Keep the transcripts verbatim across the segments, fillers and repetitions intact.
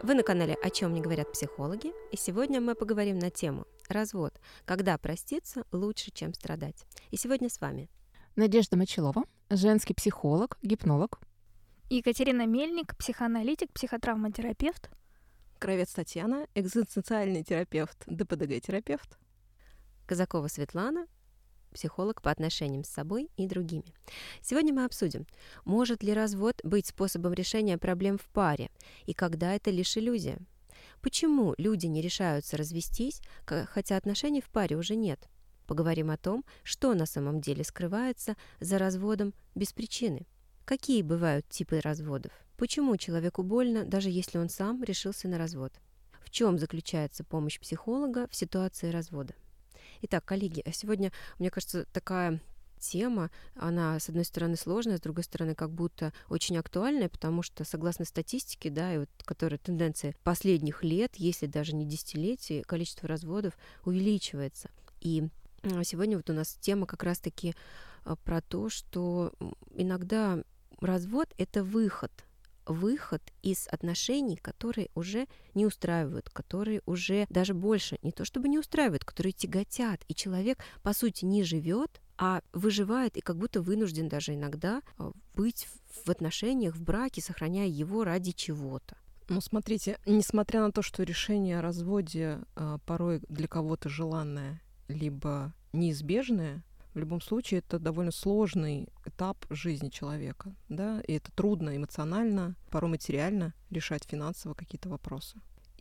Вы на канале «О чем не говорят психологи», и сегодня мы поговорим на тему «Развод. Когда проститься лучше, чем страдать». И сегодня с вами Надежда Мочилова, женский психолог, гипнолог. Екатерина Мельник, психоаналитик, психотравматерапевт. Кравец Татьяна, экзистенциальный терапевт, ДПДГ-терапевт. Казакова Светлана, психолог по отношениям с собой и другими. Сегодня мы обсудим, может ли развод быть способом решения проблем в паре, и когда это лишь иллюзия. Почему люди не решаются развестись, хотя отношений в паре уже нет? Поговорим о том, что на самом деле скрывается за разводом без причины. Какие бывают типы разводов? Почему человеку больно, даже если он сам решился на развод? В чем заключается помощь психолога в ситуации развода? Итак, коллеги, сегодня, мне кажется, такая тема, она, с одной стороны, сложная, с другой стороны, как будто очень актуальная, потому что, согласно статистике, да, и вот, которая тенденция последних лет, если даже не десятилетий, количество разводов увеличивается. И сегодня вот у нас тема как раз-таки про то, что иногда развод — это выход, выход из отношений, которые уже не устраивают, которые уже даже больше не то чтобы не устраивают, которые тяготят, и человек, по сути, не живет, а выживает и как будто вынужден даже иногда быть в отношениях, в браке, сохраняя его ради чего-то. Ну, смотрите, несмотря на то, что решение о разводе э, порой для кого-то желанное, либо неизбежное, в любом случае это довольно сложный этап жизни человека, да, и это трудно эмоционально, порой материально решать финансово какие-то вопросы.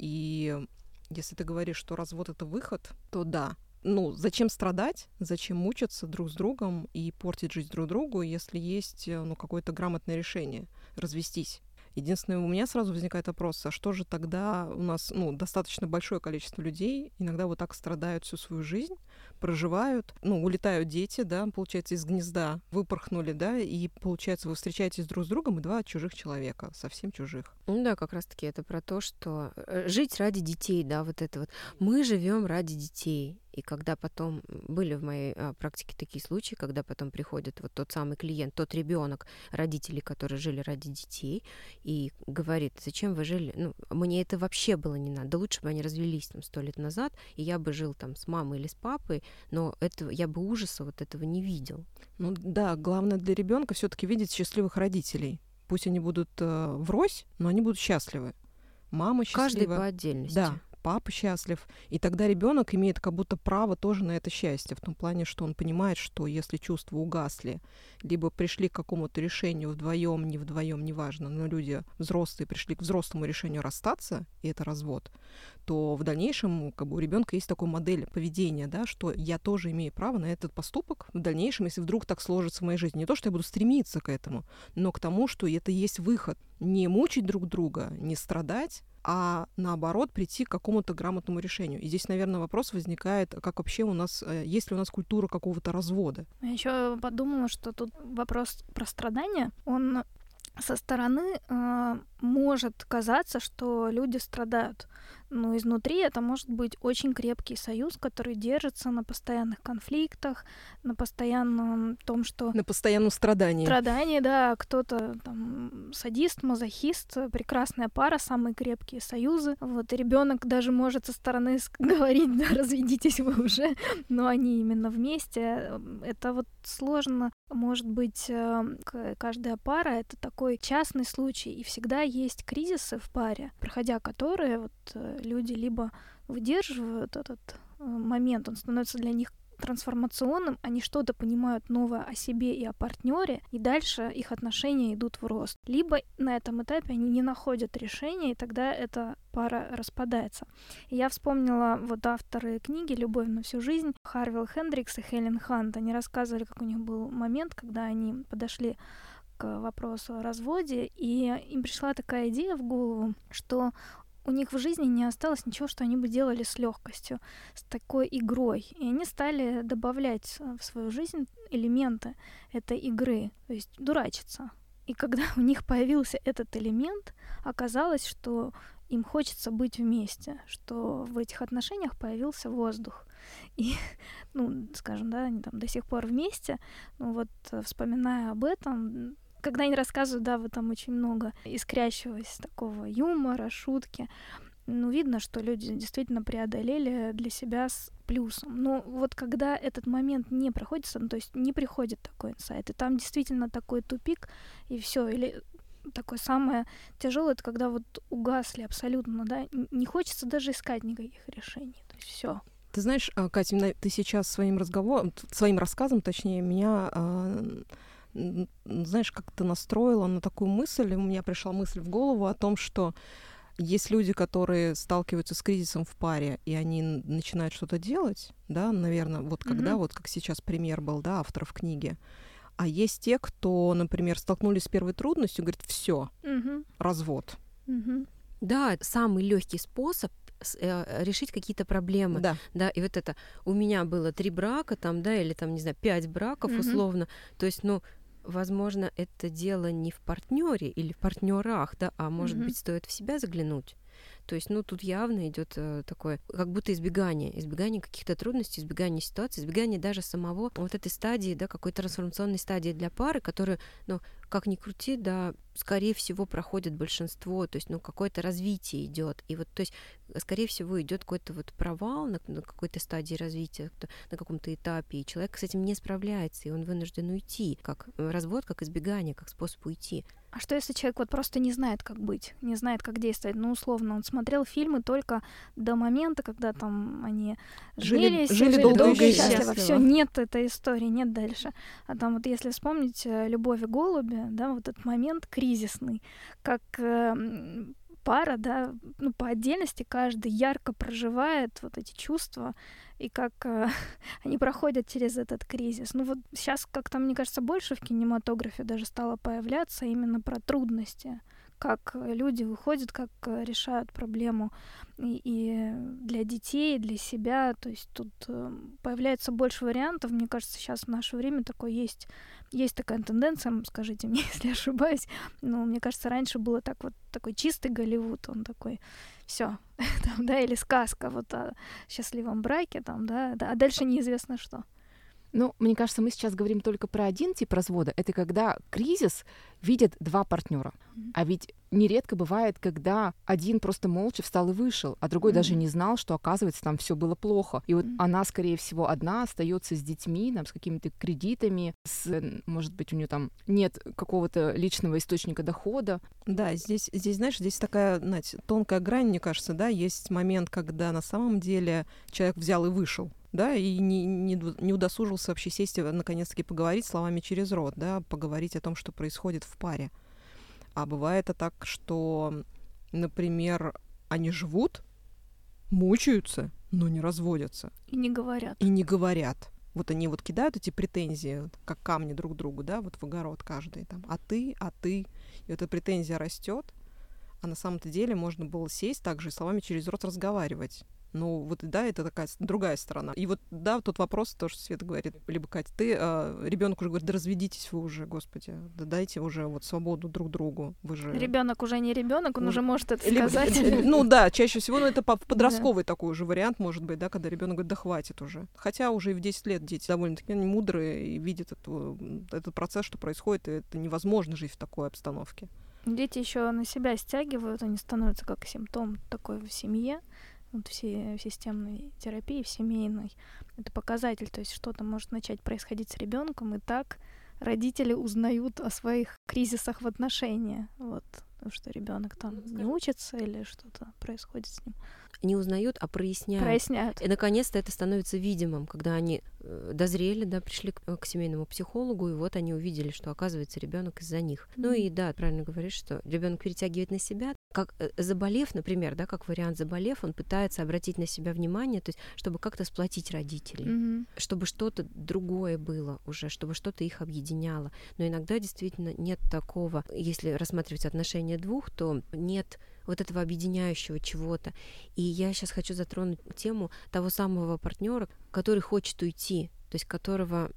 И если ты говоришь, что развод — это выход, то да. Ну, зачем страдать, зачем мучиться друг с другом и портить жизнь друг другу, если есть, ну, какое-то грамотное решение — развестись. Единственное, у меня сразу возникает вопрос, а что же тогда у нас, ну, достаточно большое количество людей иногда вот так страдают всю свою жизнь, проживают, ну, улетают дети, да, получается, из гнезда, выпорхнули, да, и, получается, вы встречаетесь друг с другом, и два чужих человека, совсем чужих. Ну да, как раз-таки это про то, что жить ради детей, да, вот это вот. Мы живем ради детей. И когда потом были в моей а, практике такие случаи, когда потом приходит вот тот самый клиент, тот ребенок, родители, которые жили ради детей, и говорит, зачем вы жили? Ну, мне это вообще было не надо. Да лучше бы они развелись там сто лет назад, и я бы жил там с мамой или с папой, но это, я бы ужаса вот этого не видел. Ну да, главное для ребенка все-таки видеть счастливых родителей. Пусть они будут э, врозь, но они будут счастливы. Мама счастлива. Каждый по отдельности. Да. Папа счастлив, и тогда ребенок имеет как будто право тоже на это счастье, в том плане, что он понимает, что если чувства угасли, либо пришли к какому-то решению вдвоем, не вдвоем, неважно, но люди взрослые пришли к взрослому решению расстаться, и это развод, то в дальнейшем как бы у ребенка есть такая модель поведения, да, что я тоже имею право на этот поступок в дальнейшем, если вдруг так сложится в моей жизни. Не то, что я буду стремиться к этому, но к тому, что это есть выход. Не мучить друг друга, не страдать, а наоборот прийти к какому-то грамотному решению. И здесь, наверное, вопрос возникает, как вообще у нас, есть ли у нас культура какого-то развода. Я еще подумала, что тут вопрос про страдания, он со стороны э, может казаться, что люди страдают, но изнутри это может быть очень крепкий союз, который держится на постоянных конфликтах, на постоянном том, что... На постоянном страдании. Страдании, да. Кто-то там садист, мазохист, прекрасная пара, самые крепкие союзы. Вот, и ребенок даже может со стороны говорить, да, разведитесь вы уже, но они именно вместе. Это вот сложно. Может быть, каждая пара — это такой частный случай, и всегда есть кризисы в паре, проходя которые вот люди либо выдерживают этот момент, он становится для них трансформационным, они что-то понимают новое о себе и о партнере, и дальше их отношения идут в рост. Либо на этом этапе они не находят решения, и тогда эта пара распадается. И я вспомнила вот авторы книги «Любовь на всю жизнь» Харвилл Хендрикс и Хелен Хант. Они рассказывали, как у них был момент, когда они подошли к вопросу о разводе, и им пришла такая идея в голову, что у них в жизни не осталось ничего, что они бы делали с легкостью, с такой игрой. И они стали добавлять в свою жизнь элементы этой игры, то есть дурачиться. И когда у них появился этот элемент, оказалось, что им хочется быть вместе, что в этих отношениях появился воздух. И, ну, скажем, да, они там до сих пор вместе, ну вот, вспоминая об этом, когда они рассказывают, да, вот там очень много искрящегося такого юмора, шутки. Ну, видно, что люди действительно преодолели для себя с плюсом. Но вот когда этот момент не проходит, ну, то есть не приходит такой инсайт, и там действительно такой тупик, и все, или такое самое тяжелое, это когда вот угасли абсолютно, да, не хочется даже искать никаких решений, то есть все. Ты знаешь, Катя, ты сейчас своим разговором, своим рассказом, точнее, меня, знаешь, как-то настроила на такую мысль, у меня пришла мысль в голову о том, что есть люди, которые сталкиваются с кризисом в паре, и они начинают что-то делать, да, наверное, вот когда, mm-hmm. вот как сейчас пример был, да, авторов книги. А есть те, кто, например, столкнулись с первой трудностью, говорят, все, mm-hmm. развод. Mm-hmm. Да, самый легкий способ решить какие-то проблемы, да. да, и вот это, у меня было три брака, там, да, или там, не знаю, пять браков, mm-hmm. условно, то есть, ну, возможно, это дело не в партнере или в партнерах, да, а может mm-hmm. быть, стоит в себя заглянуть. То есть, ну, тут явно идет э, такое, как будто избегание, избегание каких-то трудностей, избегание ситуации, избегание даже самого вот этой стадии, да, какой-то трансформационной стадии для пары, которую, ну, как ни крути, да, скорее всего, проходит большинство, то есть, ну, какое-то развитие идет, и вот, то есть, скорее всего, идет какой-то вот провал на, на какой-то стадии развития, на каком-то этапе, и человек с этим не справляется, и он вынужден уйти, как развод, как избегание, как способ уйти. А что если человек вот просто не знает, как быть, не знает, как действовать? Ну, условно, он смотрел фильмы только до момента, когда там они жили, женились, жили, жили долго, долго и и счастливо. счастливо. Все, нет этой истории, нет дальше. А там вот если вспомнить «Любовь и голуби», да, вот этот момент кризисный, как э, пара, да, ну, по отдельности каждый ярко проживает вот эти чувства, и как э, они проходят через этот кризис. Ну вот сейчас как-то, мне кажется, больше в кинематографе даже стало появляться именно про трудности, как люди выходят, как решают проблему и, и для детей, и для себя. То есть тут э, появляется больше вариантов. Мне кажется, сейчас в наше время такое есть. Есть такая тенденция, скажите мне, если ошибаюсь, но мне кажется, раньше было так вот, такой чистый Голливуд, он такой, все, там, да, или сказка вот о счастливом браке, там, да, да, а дальше неизвестно что. Ну, мне кажется, мы сейчас говорим только про один тип развода. Это когда кризис видят два партнера. Mm-hmm. А ведь нередко бывает, когда один просто молча встал и вышел, а другой mm-hmm. даже не знал, что, оказывается, там все было плохо. И вот mm-hmm. она, скорее всего, одна остается с детьми, там, с какими-то кредитами, с, может быть, у нее там нет какого-то личного источника дохода. Да, здесь, здесь, знаешь, здесь такая, знаете, тонкая грань, мне кажется, да, есть момент, когда на самом деле человек взял и вышел, да, и не, не, не удосужился вообще сесть и наконец-таки поговорить словами через рот, да, поговорить о том, что происходит в паре. А бывает это так, что, например, они живут, мучаются, но не разводятся. И не говорят. И не говорят. Вот они вот кидают эти претензии, как камни друг к другу, да, вот в огород каждый там. А ты, а ты. И эта претензия растет, а на самом-то деле можно было сесть также и словами через рот разговаривать. Ну, вот, да, это такая другая сторона. И вот, да, тот вопрос, то, что Света говорит, либо Катя, ты, э, ребенок уже говорит, да разведитесь вы уже, господи, да дайте уже вот свободу друг другу, вы же... Ребенок уже не ребенок, он уже... уже может это либо... сказать. Ну, да, чаще всего, ну, это подростковый такой уже вариант, может быть, да, когда ребенок говорит, да хватит уже. Хотя уже и в десять лет дети довольно-таки они мудрые и видят эту, этот процесс, что происходит, и это невозможно жить в такой обстановке. Дети еще на себя стягивают, они становятся как симптом такой в семье. Вот все, в системной терапии, в семейной. Это показатель, то есть что-то может начать происходить с ребенком, и так родители узнают о своих кризисах в отношениях. Вот, потому что ребенок там не учится или что-то происходит с ним. Не узнают, а проясняют. Проясняют. И наконец-то это становится видимым, когда они э, дозрели, да, пришли к, к семейному психологу, и вот они увидели, что, оказывается, ребенок из-за них. Mm-hmm. Ну и да, правильно говоришь, что ребенок перетягивает на себя. Как э, заболев, например, да, как вариант заболев, он пытается обратить на себя внимание, то есть, чтобы как-то сплотить родителей, mm-hmm. чтобы что-то другое было уже, чтобы что-то их объединяло. Но иногда действительно нет такого, если рассматривать отношения двух, то нет вот этого объединяющего чего-то. И я сейчас хочу затронуть тему того самого партнера, который хочет уйти, то есть которого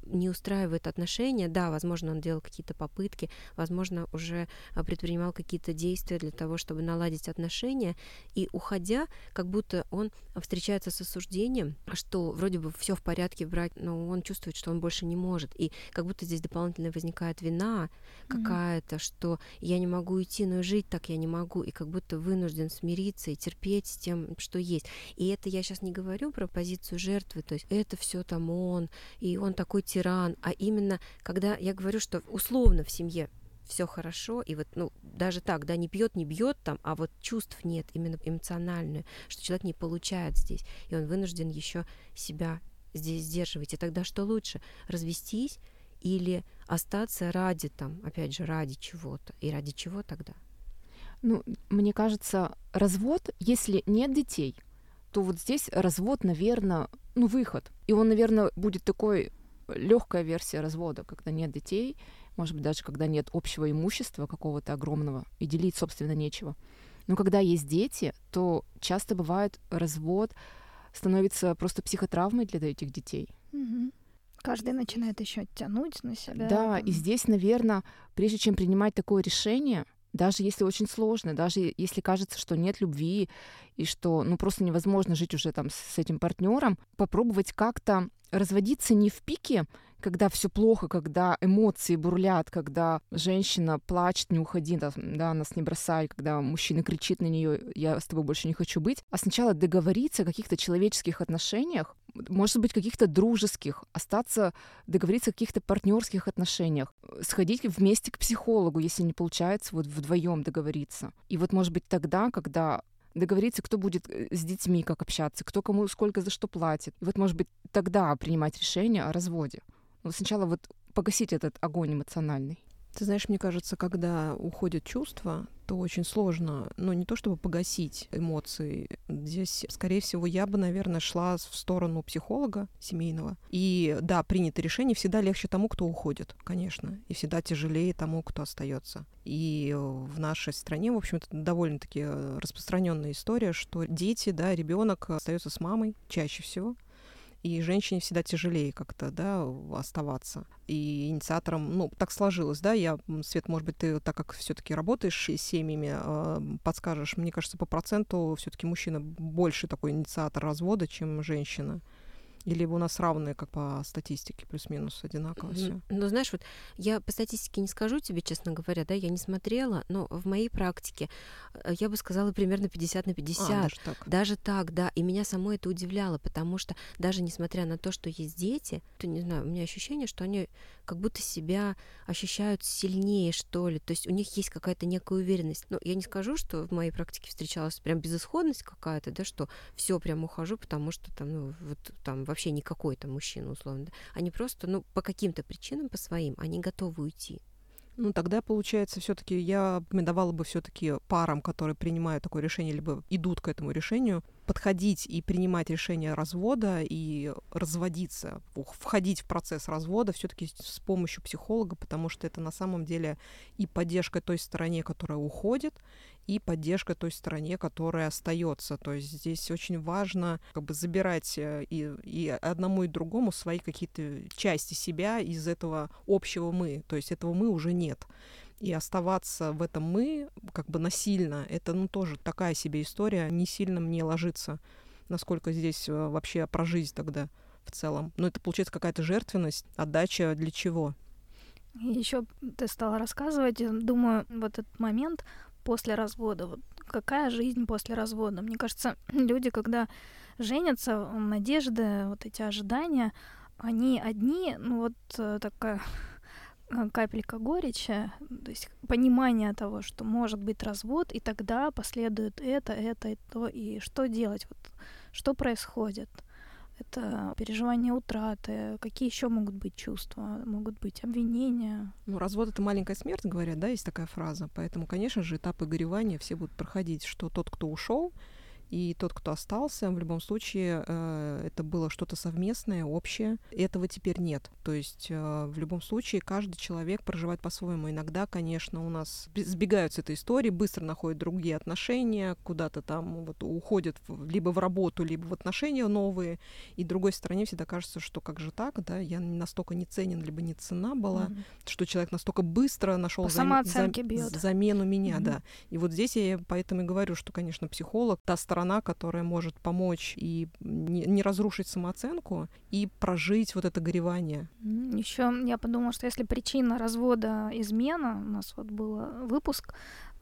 не устраивает отношения, да, возможно, он делал какие-то попытки, возможно, уже предпринимал какие-то действия для того, чтобы наладить отношения, и уходя, как будто он встречается с осуждением, что вроде бы все в порядке брать, но он чувствует, что он больше не может, и как будто здесь дополнительно возникает вина какая-то, mm-hmm. что я не могу уйти, но и жить так я не могу, и как будто вынужден смириться и терпеть с тем, что есть. И это я сейчас не говорю про позицию жертвы, то есть это все там он, и он такой тиран, а именно, когда я говорю, что условно в семье все хорошо, и вот, ну, даже так, да, не пьет, не бьет там, а вот чувств нет, именно эмоциональную, что человек не получает здесь, и он вынужден еще себя здесь сдерживать. И тогда что лучше, развестись или остаться ради там, опять же, ради чего-то, и ради чего тогда? Ну, мне кажется, развод, если нет детей, то вот здесь развод, наверное, ну, выход. И он, наверное, будет такой легкая версия развода, когда нет детей, может быть, даже когда нет общего имущества какого-то огромного, и делить, собственно, нечего. Но когда есть дети, то часто бывает развод становится просто психотравмой для этих детей. Угу. Каждый начинает еще тянуть на себя. Да, там. И здесь, наверное, прежде чем принимать такое решение, даже если очень сложно, даже если кажется, что нет любви и что ну просто невозможно жить уже там с этим партнером, попробовать как-то разводиться не в пике, когда все плохо, когда эмоции бурлят, когда женщина плачет, не уходи, да, да, нас не бросай, когда мужчина кричит на нее, я с тобой больше не хочу быть, а сначала договориться о каких-то человеческих отношениях, может быть, каких-то дружеских, остаться, договориться о каких-то партнерских отношениях, сходить вместе к психологу, если не получается вот вдвоем договориться. И вот, может быть, тогда, когда договориться, кто будет с детьми, как общаться, кто кому сколько за что платит. И вот, может быть, тогда принимать решение о разводе. Но сначала вот погасить этот огонь эмоциональный. Ты знаешь, мне кажется, когда уходят чувства, то очень сложно, ну, не то чтобы погасить эмоции. Здесь, скорее всего, я бы, наверное, шла в сторону психолога семейного. И да, принятое решение всегда легче тому, кто уходит, конечно, и всегда тяжелее тому, кто остается. И в нашей стране, в общем-то, довольно-таки распространенная история, что дети, да, ребенок остается с мамой чаще всего. И женщине всегда тяжелее как-то, да, оставаться. И инициатором, ну, так сложилось, да, я, Свет, может быть, ты, так как все-таки работаешь с семьями, э, подскажешь, мне кажется, по проценту все-таки мужчина больше такой инициатор развода, чем женщина. Или у нас равные, как по статистике, плюс-минус одинаково все? Ну, знаешь, вот я по статистике не скажу тебе, честно говоря, да, я не смотрела, но в моей практике я бы сказала примерно пятьдесят на пятьдесят. А, даже так. Даже так, да. И меня само это удивляло, потому что даже несмотря на то, что есть дети, то, не знаю, у меня ощущение, что они как будто себя ощущают сильнее, что ли. То есть у них есть какая-то некая уверенность. Ну, я не скажу, что в моей практике встречалась прям безысходность какая-то, да, что все прям ухожу, потому что там, ну, вот там вообще никакой там мужчина, условно, да. Они просто, ну, по каким-то причинам, по своим, они готовы уйти. Ну, тогда, получается, все-таки я рекомендовала бы все-таки парам, которые принимают такое решение, либо идут к этому решению, подходить и принимать решение развода и разводиться, входить в процесс развода все-таки с помощью психолога, потому что это на самом деле и поддержка той стороне, которая уходит, и поддержка той стороне, которая остается. То есть здесь очень важно как бы забирать и, и одному, и другому свои какие-то части себя из этого общего «мы». То есть этого «мы» уже нет. И оставаться в этом «мы» как бы насильно, это ну, тоже такая себе история, не сильно мне ложится, насколько здесь вообще про жизнь тогда в целом. Но это получается какая-то жертвенность, отдача для чего? Еще ты стала рассказывать, думаю, вот этот момент после развода, вот какая жизнь после развода? Мне кажется, люди, когда женятся, надежды, вот эти ожидания, они одни, ну вот такая капелька горечи, то есть понимание того, что может быть развод, и тогда последует это, это, и то, и что делать, вот что происходит. Это переживание утраты, какие еще могут быть чувства, могут быть обвинения. Ну, развод — это маленькая смерть, говорят, да, есть такая фраза. Поэтому, конечно же, этапы горевания все будут проходить, что тот, кто ушел, и тот, кто остался, в любом случае э, это было что-то совместное, общее. Этого теперь нет. То есть э, в любом случае каждый человек проживает по-своему. Иногда, конечно, у нас сбегают с этой истории, быстро находят другие отношения, куда-то там вот уходят в, либо в работу, либо в отношения новые. И другой стороне всегда кажется, что как же так, да, я настолько не ценен, либо не цена была, mm-hmm. что человек настолько быстро нашел зам... зам... замену меня, mm-hmm. да. И вот здесь я поэтому и говорю, что, конечно, психолог — та сторона, которая может помочь и не, не разрушить самооценку, и прожить вот это горевание. Еще я подумала, что если причина развода измена, у нас вот был выпуск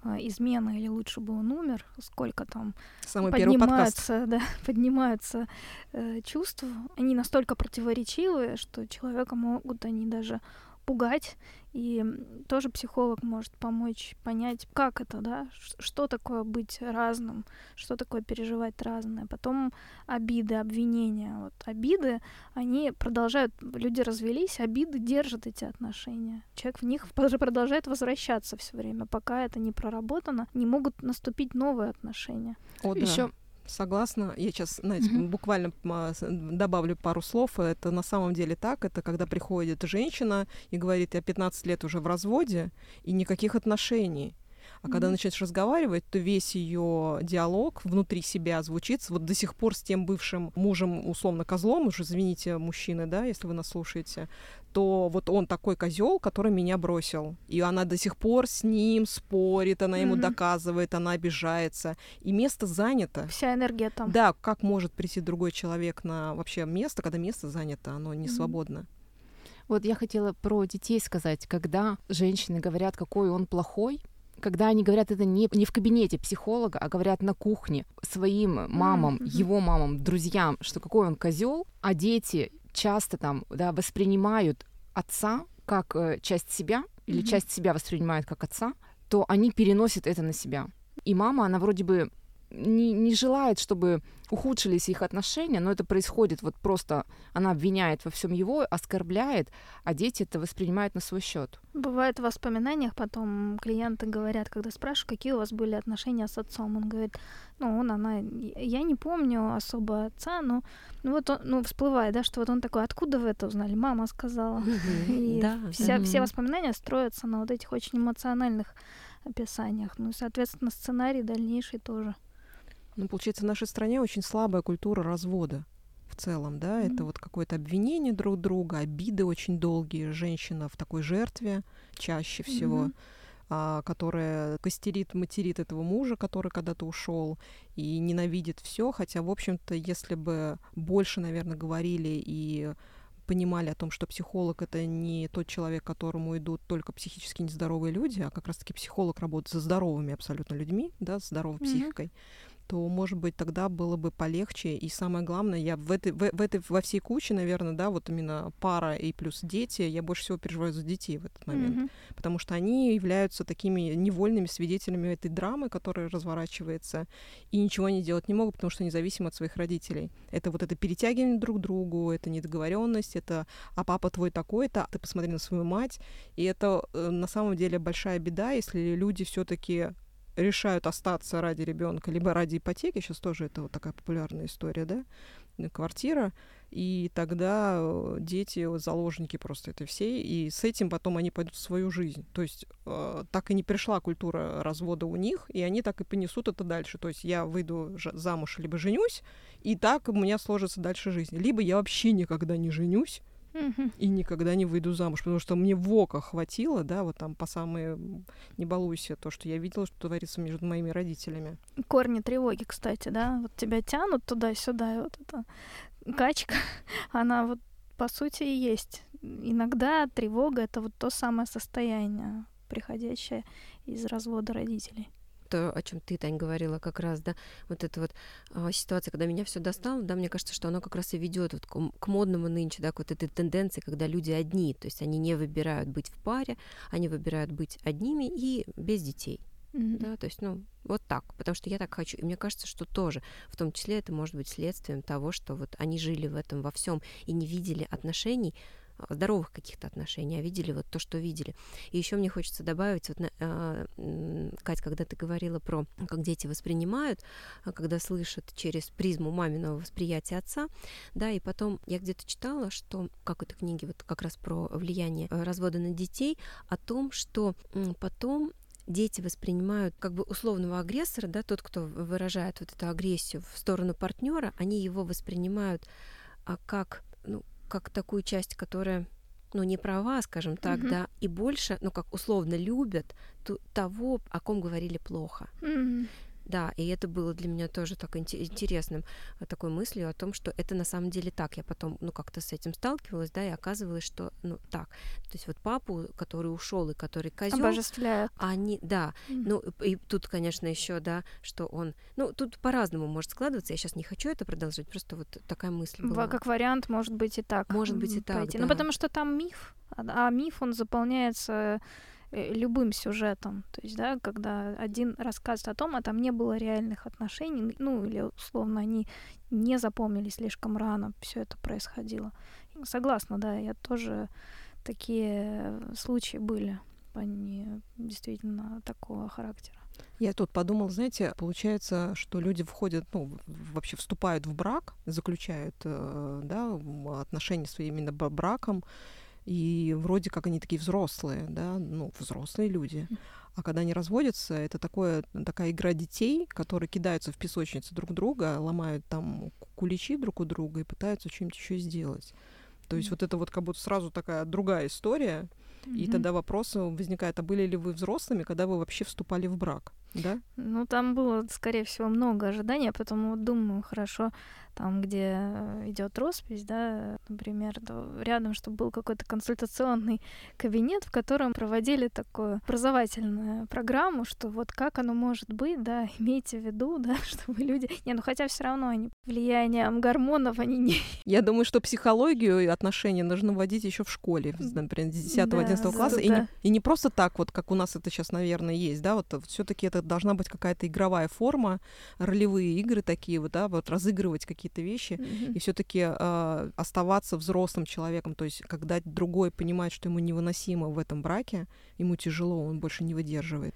измена или лучше бы он умер, сколько там Самый поднимаются, да, поднимаются э, чувства, они настолько противоречивые, что человека могут они даже пугать, и тоже психолог может помочь понять, как это, да, что такое быть разным, что такое переживать разное. Потом обиды, обвинения. Вот обиды, они продолжают, люди развелись, обиды держат эти отношения. Человек в них продолжает возвращаться все время, пока это не проработано, не могут наступить новые отношения. О, да. Еще согласна. Я сейчас, знаете, mm-hmm. буквально добавлю пару слов. Это на самом деле так. Это когда приходит женщина и говорит, я пятнадцать лет уже в разводе, и никаких отношений. А mm-hmm. когда начинаешь разговаривать, то весь ее диалог внутри себя звучит вот до сих пор с тем бывшим мужем, условно, козлом, уж извините, мужчины, да, если вы нас слушаете, то вот он такой козел, который меня бросил. И она до сих пор с ним спорит, она mm-hmm. ему доказывает, она обижается. И место занято. Вся энергия там. Да, как может прийти другой человек на вообще место, когда место занято, оно не mm-hmm. свободно. Вот я хотела про детей сказать. Когда женщины говорят, какой он плохой, когда они говорят это не, не в кабинете психолога, а говорят на кухне своим мамам, mm-hmm. его мамам, друзьям, что какой он козел, а дети часто там, да, воспринимают отца как э, часть себя, или mm-hmm. часть себя воспринимают как отца, то они переносят это на себя. И мама, она вроде бы не, не желает, чтобы ухудшились их отношения, но это происходит вот просто, она обвиняет во всем его, оскорбляет, а дети это воспринимают на свой счет. Бывает в воспоминаниях, потом клиенты говорят, когда спрашивают, какие у вас были отношения с отцом, он говорит, ну, он, она, я не помню особо отца, но ну, вот он, ну, всплывает, да, что вот он такой, откуда вы это узнали? Мама сказала. И все воспоминания строятся на вот этих очень эмоциональных описаниях. Ну, и, соответственно, сценарий дальнейший тоже. Ну, получается, в нашей стране очень слабая культура развода в целом, да, mm-hmm. это вот какое-то обвинение друг друга, обиды очень долгие, женщина в такой жертве чаще всего, mm-hmm. а, которая костерит, материт этого мужа, который когда-то ушел, и ненавидит все, хотя, в общем-то, если бы больше, наверное, говорили и понимали о том, что психолог — это не тот человек, к которому идут только психически нездоровые люди, а как раз-таки психолог работает со здоровыми абсолютно людьми, да, с здоровой mm-hmm. психикой, то, может быть, тогда было бы полегче. И самое главное, я в этой, в, в этой, во всей куче, наверное, да, вот именно пара и плюс дети, я больше всего переживаю за детей в этот момент. Mm-hmm. Потому что они являются такими невольными свидетелями этой драмы, которая разворачивается, и ничего они делать не могут, потому что они зависимы от своих родителей. Это вот это перетягивание друг к другу, это недоговоренность, это «а папа твой такой-то, а ты посмотри на свою мать». И это э, на самом деле большая беда, если люди все-таки решают остаться ради ребенка, либо ради ипотеки, сейчас тоже это вот такая популярная история, да, квартира, и тогда дети заложники просто этой всей, и с этим потом они пойдут в свою жизнь. То есть э, так и не пришла культура развода у них, и они так и понесут это дальше. То есть я выйду замуж, либо женюсь, и так у меня сложится дальше жизнь. Либо я вообще никогда не женюсь, и никогда не выйду замуж, потому что мне в око хватило, да, вот там по самые, не балуйся, то, что я видела, что творится между моими родителями. Корни тревоги, кстати, да, вот тебя тянут туда-сюда, и вот эта качка, она вот по сути и есть. Иногда тревога — это вот то самое состояние, приходящее из развода родителей. То, о чем ты, Тань, говорила как раз, да, вот эта вот а, ситуация, когда меня все достало, да, мне кажется, что оно как раз и ведет вот к, к модному нынче, да, к вот этой тенденции, когда люди одни, то есть они не выбирают быть в паре, они выбирают быть одними и без детей, mm-hmm. да, то есть, ну, вот так, потому что я так хочу, и мне кажется, что тоже, в том числе это может быть следствием того, что вот они жили в этом во всем и не видели отношений здоровых каких-то отношений, а видели вот то, что видели. И еще мне хочется добавить, вот, Кать, когда ты говорила про, как дети воспринимают, когда слышат через призму маминого восприятия отца, да, и потом я где-то читала, что, как в этой книге, вот как раз про влияние развода на детей, о том, что потом дети воспринимают как бы условного агрессора, да, тот, кто выражает вот эту агрессию в сторону партнера, они его воспринимают а, как, ну, как такую часть, которая, ну, не права, скажем так, mm-hmm. да, и больше, ну, как условно любят ту, того, о ком говорили плохо. Mm-hmm. Да, и это было для меня тоже так интересным, такой мыслью о том, что это на самом деле так. Я потом, ну, как-то с этим сталкивалась, да, и оказывалось, что, ну, так. То есть вот папу, который ушел и который козел, обожествляют. Они, да, Mm. ну, и тут, конечно, еще, да, что он, ну, тут по-разному может складываться. Я сейчас не хочу это продолжать, просто вот такая мысль была. Как вариант, может быть и так. Может быть и так, пойти. да. Ну, потому что там миф, а миф, он заполняется любым сюжетом, то есть, да, когда один рассказывает о том, а там не было реальных отношений, ну, или, условно, они не запомнили слишком рано, все это происходило. Согласна, да, я тоже, такие случаи были, они действительно такого характера. Я тут подумала, знаете, получается, что люди входят, ну, вообще вступают в брак, заключают, да, отношения своим именно браком, и вроде как они такие взрослые, да, ну, взрослые люди. А когда они разводятся, это такое, такая игра детей, которые кидаются в песочницы друг друга, ломают там куличи друг у друга и пытаются что-нибудь еще сделать. То есть mm-hmm. вот это вот как будто сразу такая другая история. Mm-hmm. И тогда вопрос возникает, а были ли вы взрослыми, когда вы вообще вступали в брак? Да? Ну, там было, скорее всего, много ожиданий, а потом вот думаю, хорошо, там, где идет роспись, да, например, рядом, чтобы был какой-то консультационный кабинет, в котором проводили такую образовательную программу, что вот как оно может быть, да, имейте в виду, да, чтобы люди... Не, ну хотя все равно они влиянием гормонов, они не... Я думаю, что психологию и отношения нужно вводить еще в школе, например, с десятого-одиннадцатого да, класса, да. И, не, и не просто так, вот как у нас это сейчас, наверное, есть, да, вот все-таки это должна быть какая-то игровая форма, ролевые игры такие вот, да, вот разыгрывать какие-то вещи mm-hmm. и все-таки э, оставаться взрослым человеком, то есть когда другой понимает, что ему невыносимо в этом браке, ему тяжело, он больше не выдерживает,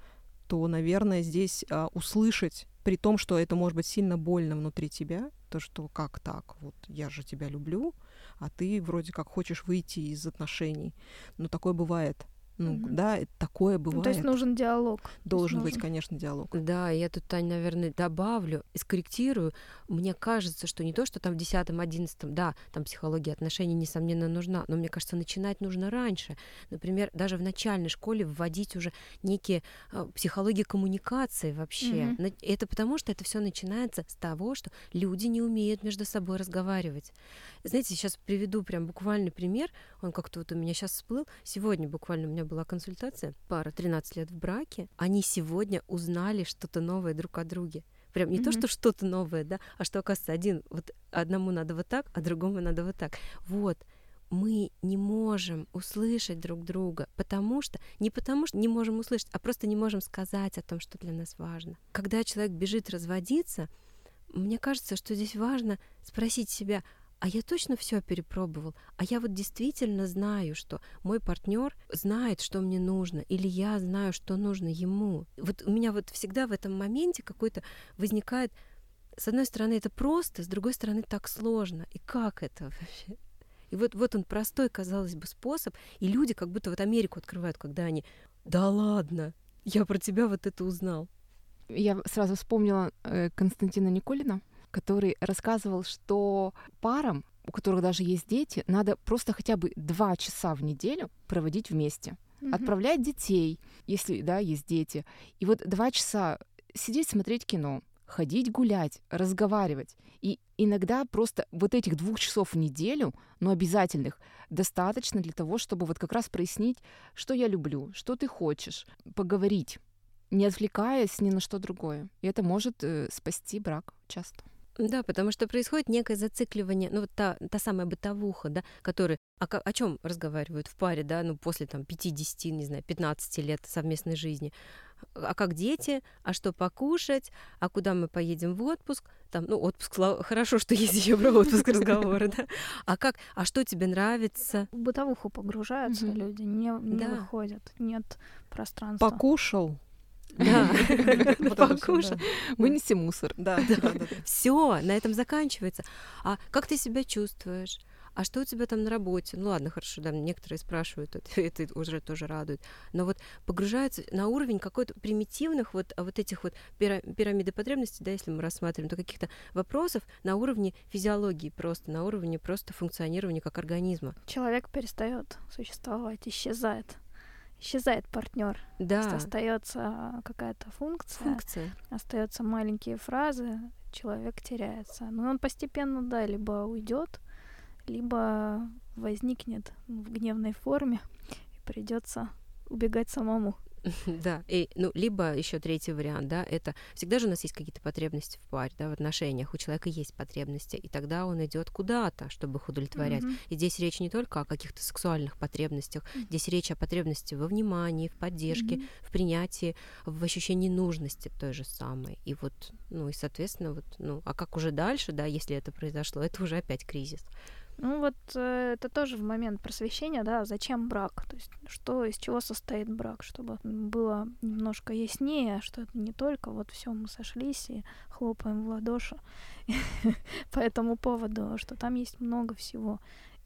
то, наверное, здесь э, услышать, при том, что это может быть сильно больно внутри тебя, то, что как так, вот я же тебя люблю, а ты вроде как хочешь выйти из отношений, но такое бывает. Ну, mm-hmm. да, такое бывает. Ну, то есть нужен диалог. Должен нужен. быть, конечно, диалог. Да, я тут, Тань, наверное, добавлю и скорректирую. Мне кажется, что не то, что там в десятом-одиннадцатом, да, там психология отношений, несомненно, нужна, но мне кажется, начинать нужно раньше. Например, даже в начальной школе вводить уже некие э, психологии коммуникации вообще. Mm-hmm. Это потому, что это все начинается с того, что люди не умеют между собой разговаривать. Знаете, сейчас приведу прям буквальный пример. Он как-то вот у меня сейчас всплыл. Сегодня буквально у меня была консультация, пара тринадцать лет в браке, они сегодня узнали что-то новое друг о друге. Прям не mm-hmm. то, что что-то новое, да, а что, оказывается, один, вот одному надо вот так, а другому надо вот так. Вот. Мы не можем услышать друг друга, потому что, не потому что не можем услышать, а просто не можем сказать о том, что для нас важно. Когда человек бежит разводиться, мне кажется, что здесь важно спросить себя, а я точно все перепробовал, а я вот действительно знаю, что мой партнер знает, что мне нужно, или я знаю, что нужно ему. Вот у меня вот всегда в этом моменте какой-то возникает, с одной стороны, это просто, с другой стороны, так сложно. И как это вообще? И вот, вот он простой, казалось бы, способ, и люди как будто вот Америку открывают, когда они, да ладно, я про тебя вот это узнал. Я сразу вспомнила э, Константина Николина, который рассказывал, что парам, у которых даже есть дети, надо просто хотя бы два часа в неделю проводить вместе. Mm-hmm. Отправлять детей, если, да, есть дети. И вот два часа сидеть, смотреть кино, ходить гулять, разговаривать. И иногда просто вот этих двух часов в неделю, но обязательных, достаточно для того, чтобы вот как раз прояснить, что я люблю, что ты хочешь, поговорить, не отвлекаясь ни на что другое. И это может э, спасти брак часто. Да, потому что происходит некое зацикливание, ну вот та, та самая бытовуха, да, которая, о, о чем разговаривают в паре, да, ну после там пятидесяти, не знаю, пятнадцати лет совместной жизни. а как дети, а что покушать, а куда мы поедем в отпуск, там, ну, отпуск, хорошо, что есть еще про отпуск разговоры, да, а как, а что тебе нравится? В бытовуху погружаются Мгм. люди, не, не Да. выходят, нет пространства. Покушал. Да, Вот это всё, покушать. Вынеси мусор. Да, да, да, да. Все, на этом заканчивается. А как ты себя чувствуешь? А что у тебя там на работе? Ну ладно, хорошо, да, некоторые спрашивают, это, это уже тоже радует. Но вот погружаются на уровень какой-то примитивных вот, а вот этих вот пира- пирамиды потребностей, да, если мы рассматриваем, то каких-то вопросов на уровне физиологии просто, на уровне просто функционирования как организма. Человек перестает существовать, исчезает. Исчезает партнер. Да, Остается какая-то функция, функция. остаются маленькие фразы, человек теряется. Но он постепенно, да, либо уйдет, либо возникнет в гневной форме и придется убегать самому. Да, и, ну, либо еще третий вариант, да, это всегда же у нас есть какие-то потребности в паре, да, в отношениях, у человека есть потребности, и тогда он идет куда-то, чтобы их удовлетворять. Мгм. И здесь речь не только о каких-то сексуальных потребностях, Мгм. здесь речь о потребности во внимании, в поддержке, Мгм. в принятии, в ощущении нужности той же самой. И вот, ну, и, соответственно, вот, ну, а как уже дальше, да, если это произошло, это уже опять кризис. Ну вот э, это тоже в момент просвещения, да, зачем брак, то есть что, из чего состоит брак, чтобы было немножко яснее, что это не только вот все мы сошлись и хлопаем в ладоши по этому поводу, что там есть много всего,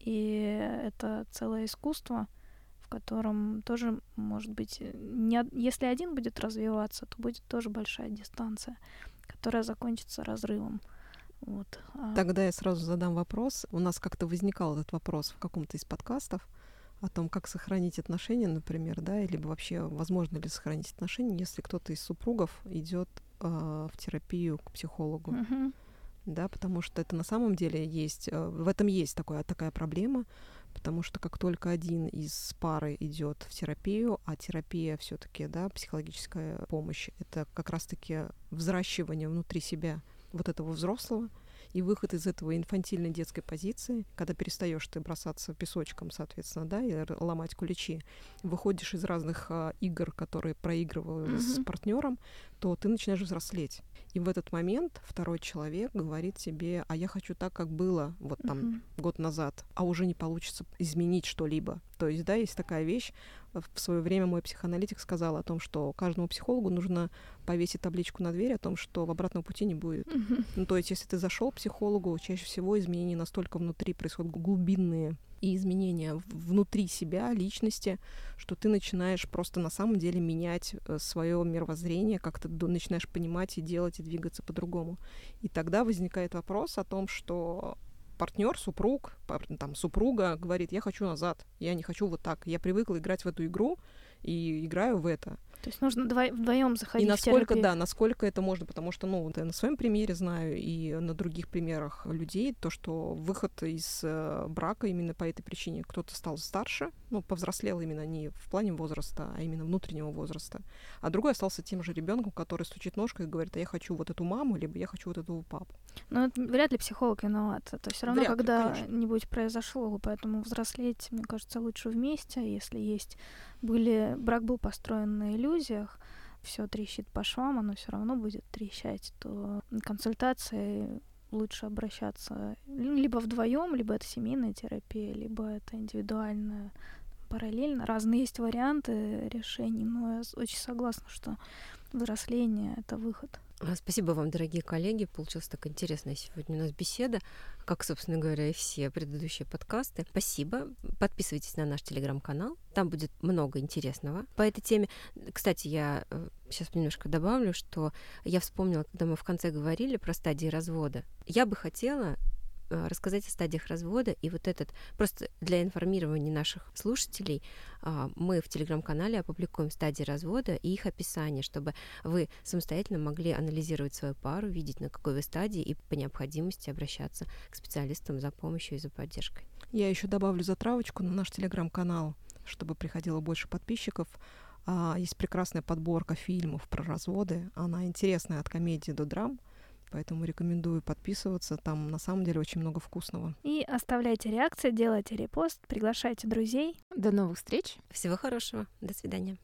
и это целое искусство, в котором тоже, может быть, не, од- если один будет развиваться, то будет тоже большая дистанция, которая закончится разрывом. Вот. а Тогда я сразу задам вопрос. У нас как-то возникал этот вопрос в каком-то из подкастов о том, как сохранить отношения, например, да, или вообще возможно ли сохранить отношения, если кто-то из супругов идет э, в терапию к психологу, Мгм. да, потому что это на самом деле есть, э, в этом есть такое, такая проблема, потому что как только один из пары идет в терапию, а терапия все-таки, да, психологическая помощь, это как раз-таки взращивание внутри себя вот этого взрослого и выход из этого инфантильной детской позиции, когда перестаешь ты бросаться песочком, соответственно, да, и р- ломать куличи, выходишь из разных а, игр, которые проигрывал с Мгм. партнером, то ты начинаешь взрослеть. И в этот момент второй человек говорит тебе: а я хочу так, как было вот там Мгм. год назад, а уже не получится изменить что-либо. То есть, да, есть такая вещь. В свое время мой психоаналитик сказал о том, что каждому психологу нужно повесить табличку на дверь о том, что в обратного пути не будет. Мгм. Ну, то есть, если ты зашел к психологу, чаще всего изменения настолько внутри происходят глубинные и изменения в- внутри себя, личности, что ты начинаешь просто на самом деле менять свое мировоззрение, как-то до- начинаешь понимать и делать, и двигаться по-другому. И тогда возникает вопрос о том, что партнер, супруг, пар- там, супруга говорит: я хочу назад, я не хочу вот так, я привыкла играть в эту игру и играю в это. То есть нужно дво- вдвоем И заходить в насколько, терапию. да, насколько это можно, потому что, ну, вот я на своем примере знаю и на других примерах людей, то, что выход из э, брака именно по этой причине. Кто-то стал старше, ну, повзрослел именно не в плане возраста, а именно внутреннего возраста, а другой остался тем же ребенком, который стучит ножкой и говорит: а я хочу вот эту маму, либо я хочу вот этого папу. Но это вряд ли психолог виноват. Это все равно Вряд ли, когда-нибудь произошло, поэтому взрослеть, мне кажется, лучше вместе. Если есть были брак был построен на иллюзиях, все трещит по швам, оно все равно будет трещать, то консультации лучше обращаться либо вдвоем, либо это семейная терапия, либо это индивидуальная, параллельно. Разные есть варианты решений, но я с- очень согласна, что взросление — это выход. А, Спасибо вам, дорогие коллеги. Получилась такая интересная сегодня у нас беседа, как, собственно говоря, и все предыдущие подкасты. Спасибо. Подписывайтесь на наш телеграм-канал. Там будет много интересного по этой теме. Кстати, я сейчас немножко добавлю, что я вспомнила, когда мы в конце говорили про стадии развода. Я бы хотела э, рассказать о стадиях развода, и вот этот, просто для информирования наших слушателей, а, мы в телеграм-канале опубликуем стадии развода и их описание, чтобы вы самостоятельно могли анализировать свою пару, видеть, на какой вы стадии, и по необходимости обращаться к специалистам за помощью и за поддержкой. Я еще добавлю затравочку на наш телеграм-канал, чтобы приходило больше подписчиков. А, есть прекрасная подборка фильмов про разводы. Она интересная от комедии до драм, поэтому рекомендую подписываться. Там на самом деле очень много вкусного. И оставляйте реакции, делайте репост, приглашайте друзей. До новых встреч! Всего хорошего. До свидания.